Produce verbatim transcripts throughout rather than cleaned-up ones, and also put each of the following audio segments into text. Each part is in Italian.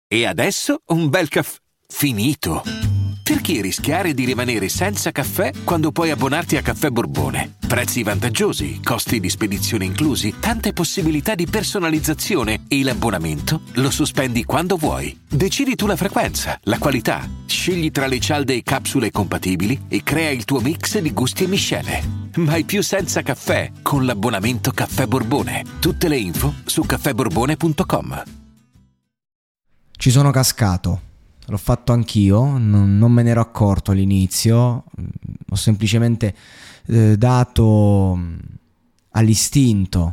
E adesso un bel caffè finito. Perché rischiare di rimanere senza caffè quando puoi abbonarti a Caffè Borbone? Prezzi vantaggiosi, costi di spedizione inclusi, tante possibilità di personalizzazione e l'abbonamento lo sospendi quando vuoi. Decidi tu la frequenza, la qualità, scegli tra le cialde e capsule compatibili e crea il tuo mix di gusti e miscele. Mai più senza caffè con l'abbonamento Caffè Borbone. Tutte le info su caffè borbone punto com. Ci sono cascato. L'ho fatto anch'io, non, non me ne ero accorto all'inizio, ho semplicemente eh, dato all'istinto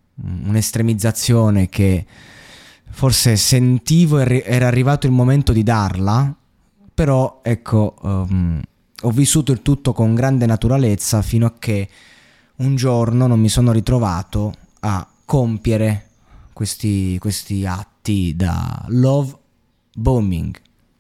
un'estremizzazione che forse sentivo e era arrivato il momento di darla, però ecco, um, ho vissuto il tutto con grande naturalezza fino a che un giorno non mi sono ritrovato a compiere questi, questi atti da love bombing.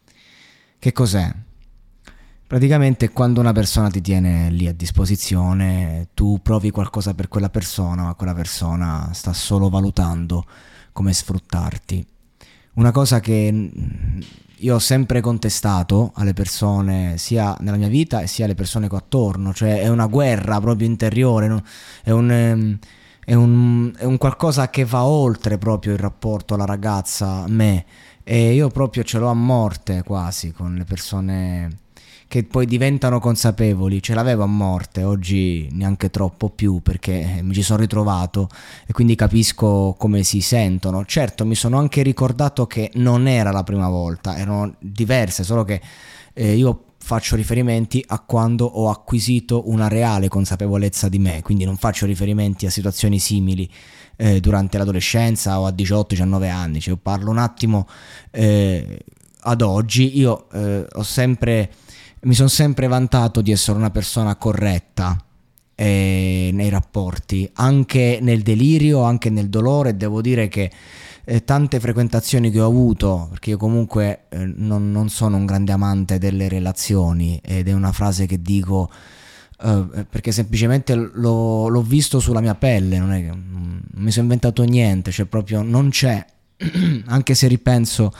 Che cos'è? Praticamente quando una persona ti tiene lì a disposizione, tu provi qualcosa per quella persona, ma quella persona sta solo valutando come sfruttarti. Una cosa che io ho sempre contestato alle persone, sia nella mia vita e sia alle persone che ho attorno, cioè è una guerra proprio interiore, no? È un, è un, è un qualcosa che va oltre proprio il rapporto alla ragazza, a me. E io proprio ce l'ho a morte quasi con le persone che poi diventano consapevoli, ce l'avevo a morte, oggi neanche troppo più perché mi ci sono ritrovato e quindi capisco come si sentono. Certo, mi sono anche ricordato che non era la prima volta, erano diverse, solo che eh, io faccio riferimenti a quando ho acquisito una reale consapevolezza di me, quindi non faccio riferimenti a situazioni simili eh, durante l'adolescenza o a diciotto diciannove anni, cioè parlo un attimo eh, ad oggi. Io eh, ho sempre mi sono sempre vantato di essere una persona corretta eh, nei rapporti, anche nel delirio, anche nel dolore. Devo dire che eh, tante frequentazioni che ho avuto, perché io comunque eh, non, non sono un grande amante delle relazioni, ed è una frase che dico eh, perché semplicemente l'ho, l'ho visto sulla mia pelle, non è che non mi sono inventato niente, cioè proprio non c'è, anche se ripenso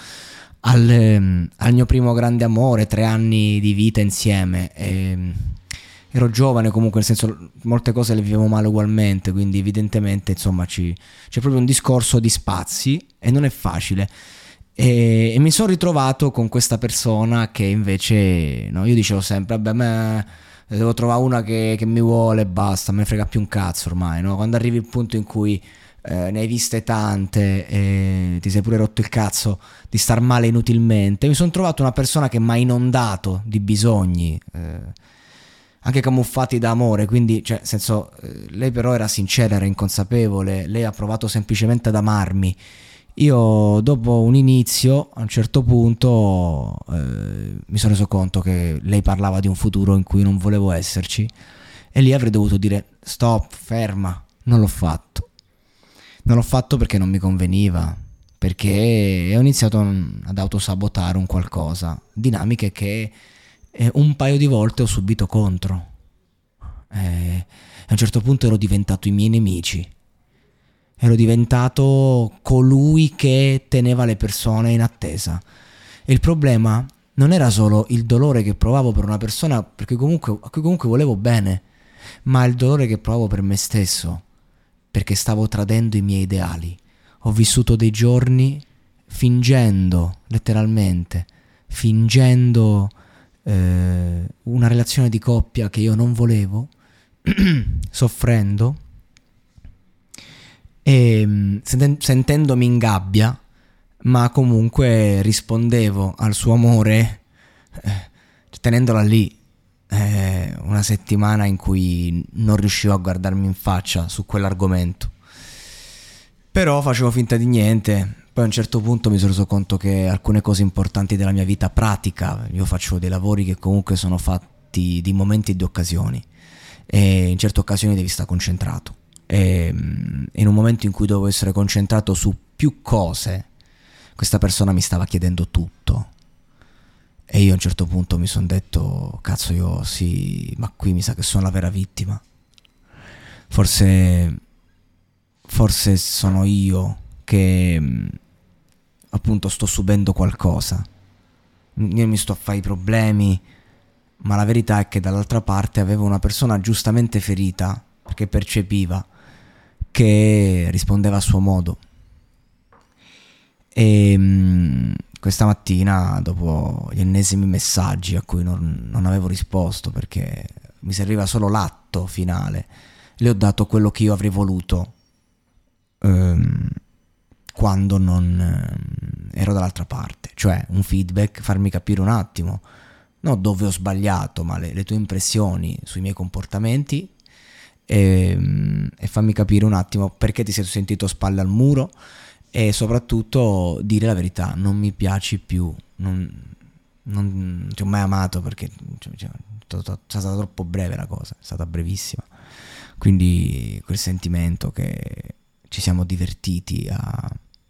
al, al mio primo grande amore, tre anni di vita insieme, e ero giovane comunque, nel senso molte cose le vivevo male ugualmente, quindi evidentemente insomma ci, c'è proprio un discorso di spazi e non è facile, e, e mi sono ritrovato con questa persona che invece, no, io dicevo sempre vabbè, me devo trovare una che, che mi vuole e basta, me ne frega più un cazzo ormai, no? Quando arrivi il punto in cui Eh, ne hai viste tante e ti sei pure rotto il cazzo di star male inutilmente, mi sono trovato una persona che mi ha inondato di bisogni eh, anche camuffati da amore, quindi cioè, senso, eh, lei però era sincera, era inconsapevole, lei ha provato semplicemente ad amarmi. Io dopo un inizio a un certo punto eh, mi sono reso conto che lei parlava di un futuro in cui non volevo esserci, e lì avrei dovuto dire stop, ferma. Non l'ho fatto. Non l'ho fatto perché non mi conveniva, perché ho iniziato ad autosabotare un qualcosa, dinamiche che eh, un paio di volte ho subito contro. Eh, a un certo punto ero diventato i miei nemici, ero diventato colui che teneva le persone in attesa. E il problema non era solo il dolore che provavo per una persona perché comunque, a cui comunque volevo bene, ma il dolore che provavo per me stesso, perché stavo tradendo i miei ideali. Ho vissuto dei giorni fingendo, letteralmente, fingendo eh, una relazione di coppia che io non volevo, soffrendo e senten- sentendomi in gabbia, ma comunque rispondevo al suo amore eh, tenendola lì. Eh, una settimana in cui non riuscivo a guardarmi in faccia su quell'argomento, però facevo finta di niente. Poi a un certo punto mi sono reso conto che alcune cose importanti della mia vita pratica, io faccio dei lavori che comunque sono fatti di momenti e di occasioni, e in certe occasioni devi stare concentrato, e in un momento in cui dovevo essere concentrato su più cose, questa persona mi stava chiedendo tutto. E io a un certo punto mi sono detto cazzo, io sì, ma qui mi sa che sono la vera vittima. Forse Forse sono io che appunto sto subendo qualcosa, io mi sto a fare i problemi, ma la verità è che dall'altra parte avevo una persona giustamente ferita, perché percepiva, che rispondeva a suo modo. E mh, questa mattina, dopo gli ennesimi messaggi a cui non, non avevo risposto perché mi serviva solo l'atto finale, le ho dato quello che io avrei voluto ehm, quando non ehm, ero dall'altra parte, cioè un feedback, farmi capire un attimo, no dove ho sbagliato, ma le, le tue impressioni sui miei comportamenti, e, e fammi capire un attimo perché ti sei sentito spalle al muro, e soprattutto dire la verità: non mi piaci più, non, non ti ho mai amato, perché cioè, cioè, è stata troppo breve la cosa, è stata brevissima, quindi quel sentimento che ci siamo divertiti a,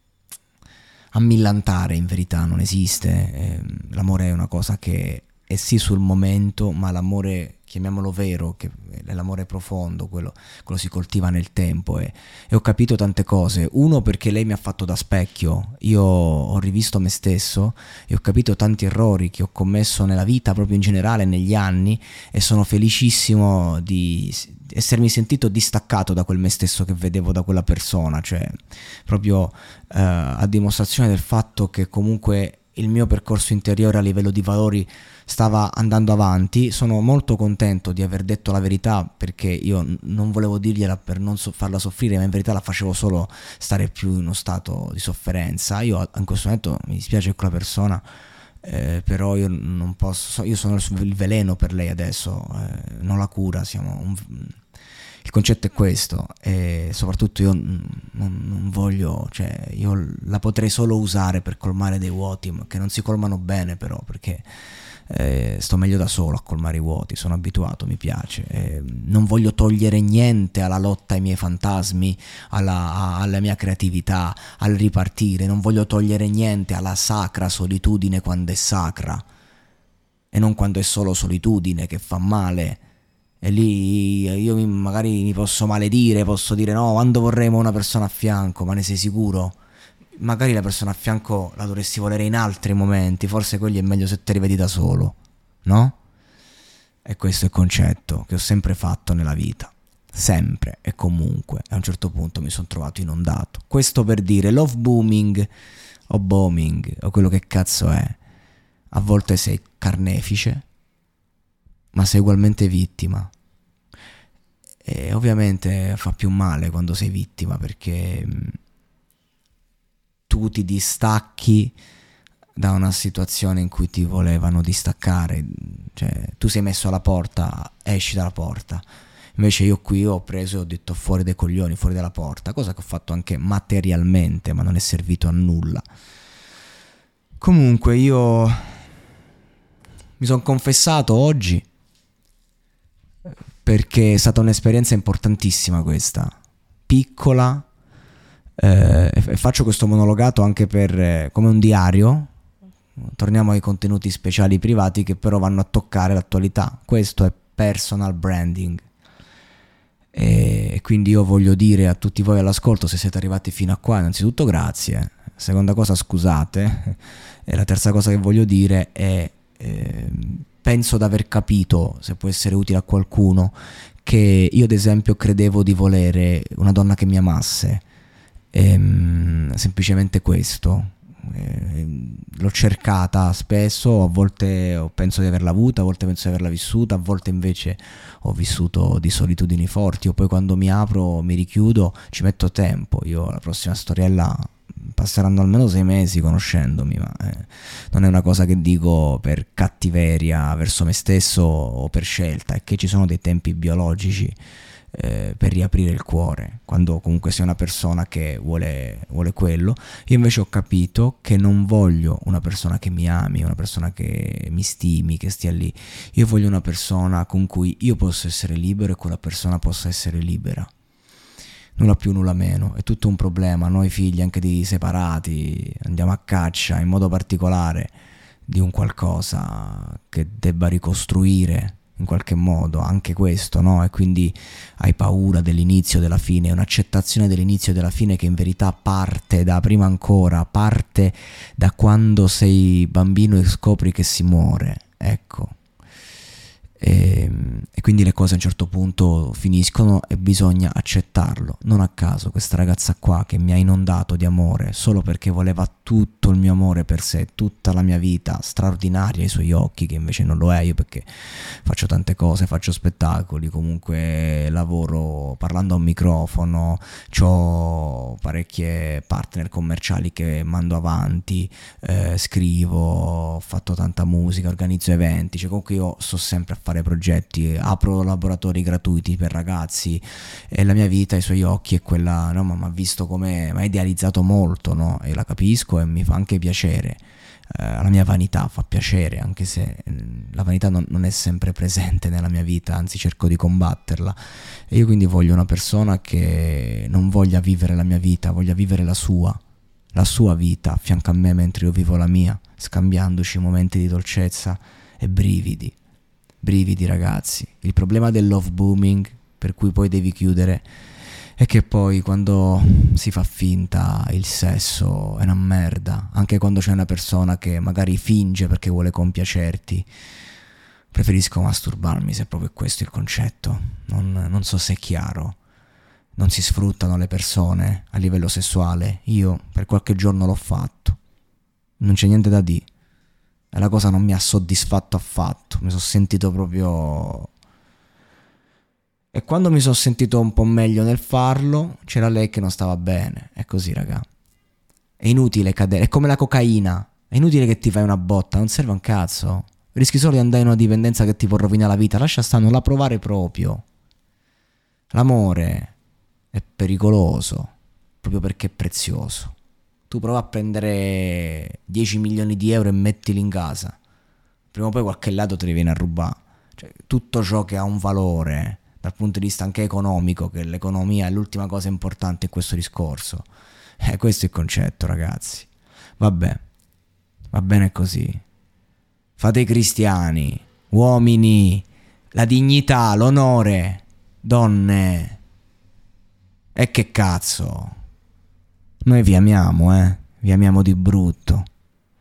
a millantare in verità non esiste. Eh, l'amore è una cosa che è sì sul momento, ma l'amore, chiamiamolo vero, che è l'amore profondo, quello, quello si coltiva nel tempo. E, e ho capito tante cose. Uno, perché lei mi ha fatto da specchio, io ho rivisto me stesso e ho capito tanti errori che ho commesso nella vita, proprio in generale, negli anni, e sono felicissimo di essermi sentito distaccato da quel me stesso che vedevo da quella persona, cioè proprio eh, a dimostrazione del fatto che comunque il mio percorso interiore a livello di valori stava andando avanti. Sono molto contento di aver detto la verità, perché io non volevo dirgliela per non so- farla soffrire, ma in verità la facevo solo stare più in uno stato di sofferenza. Io in questo momento mi dispiace quella persona, eh, però io non posso, io sono il veleno per lei adesso, eh, non la cura, siamo un, il concetto è questo, e soprattutto io non, non voglio, cioè io la potrei solo usare per colmare dei vuoti che non si colmano bene, però, perché eh, sto meglio da solo a colmare i vuoti, sono abituato, mi piace. Eh, non voglio togliere niente alla lotta ai miei fantasmi, alla, a, alla mia creatività, al ripartire, non voglio togliere niente alla sacra solitudine quando è sacra, e non quando è solo solitudine che fa male. E lì io magari mi posso maledire, posso dire no, quando vorremmo una persona a fianco, ma ne sei sicuro? Magari la persona a fianco la dovresti volere in altri momenti, forse quelli è meglio se te li vedi da solo, no? E questo è il concetto che ho sempre fatto nella vita, sempre e comunque. A un certo punto mi sono trovato inondato. Questo per dire, love booming o bombing o quello che cazzo è, a volte sei carnefice, ma sei ugualmente vittima. E ovviamente fa più male quando sei vittima, perché tu ti distacchi da una situazione in cui ti volevano distaccare, cioè tu sei messo alla porta, esci dalla porta, invece io qui ho preso e ho detto fuori dai coglioni, fuori dalla porta, cosa che ho fatto anche materialmente, ma non è servito a nulla. Comunque io mi sono confessato oggi, perché è stata un'esperienza importantissima questa, piccola, eh, e faccio questo monologato anche per eh, come un diario. Torniamo ai contenuti speciali privati che però vanno a toccare l'attualità. Questo è personal branding, e quindi io voglio dire a tutti voi all'ascolto, se siete arrivati fino a qua, innanzitutto grazie, seconda cosa scusate, e la terza cosa che voglio dire è eh, penso di aver capito, se può essere utile a qualcuno, che io ad esempio credevo di volere una donna che mi amasse, ehm, semplicemente questo. Eh, l'ho cercata spesso, a volte penso di averla avuta, a volte penso di averla vissuta, a volte invece ho vissuto di solitudini forti. Io poi quando mi apro, mi richiudo, ci metto tempo. Io la prossima storiella passeranno almeno sei mesi conoscendomi, ma eh, non è una cosa che dico per cattiveria verso me stesso o per scelta, è che ci sono dei tempi biologici eh, per riaprire il cuore, quando comunque sei una persona che vuole, vuole quello. Io invece ho capito che non voglio una persona che mi ami, una persona che mi stimi, che stia lì. Io voglio una persona con cui io posso essere libero e quella persona possa essere libera. Nulla più, nulla meno. È tutto un problema. Noi figli anche di separati andiamo a caccia in modo particolare di un qualcosa che debba ricostruire in qualche modo, anche questo, no? E quindi hai paura dell'inizio e della fine, è un'accettazione dell'inizio e della fine che in verità parte da prima ancora, parte da quando sei bambino e scopri che si muore, ecco. E, e quindi le cose a un certo punto finiscono e bisogna accettarlo. Non a caso questa ragazza qua che mi ha inondato di amore solo perché voleva tutto il mio amore per sé, tutta la mia vita straordinaria ai suoi occhi, che invece non lo è io, perché faccio tante cose, faccio spettacoli, comunque lavoro parlando a un microfono, ho parecchie partner commerciali che mando avanti, eh, scrivo, ho fatto tanta musica, organizzo eventi, cioè comunque io sto sempre a fare progetti, apro laboratori gratuiti per ragazzi e la mia vita ai suoi occhi è quella, no, ma mi ha visto come, mi ha idealizzato molto, no? E la capisco e mi fa anche piacere, eh, la mia vanità fa piacere, anche se eh, la vanità non, non è sempre presente nella mia vita, anzi cerco di combatterla, e io quindi voglio una persona che non voglia vivere la mia vita, voglia vivere la sua, la sua vita a fianco a me mentre io vivo la mia, scambiandoci momenti di dolcezza e brividi. Brividi, ragazzi. Il problema del love booming, per cui poi devi chiudere, è che poi quando si fa finta il sesso è una merda. Anche quando c'è una persona che magari finge perché vuole compiacerti. Preferisco masturbarmi, se proprio è questo il concetto. Non, non so se è chiaro. Non si sfruttano le persone a livello sessuale. Io per qualche giorno l'ho fatto. Non c'è niente da dire. E la cosa non mi ha soddisfatto affatto, mi sono sentito proprio... E quando mi sono sentito un po' meglio nel farlo, c'era lei che non stava bene. È così, raga. È inutile cadere, è come la cocaina. È inutile che ti fai una botta, non serve un cazzo. Rischi solo di andare in una dipendenza che ti può rovinare la vita. Lascia stare, non la provare proprio. L'amore è pericoloso, proprio perché è prezioso. Tu prova a prendere dieci milioni di euro e mettili in casa. Prima o poi qualche lato te li viene a rubare. Cioè, tutto ciò che ha un valore dal punto di vista anche economico, che l'economia è l'ultima cosa importante in questo discorso. Eh, questo è il concetto, ragazzi. Vabbè, va bene così. Fate i cristiani, uomini, la dignità, l'onore, donne. E che cazzo? Noi vi amiamo, eh? Vi amiamo di brutto.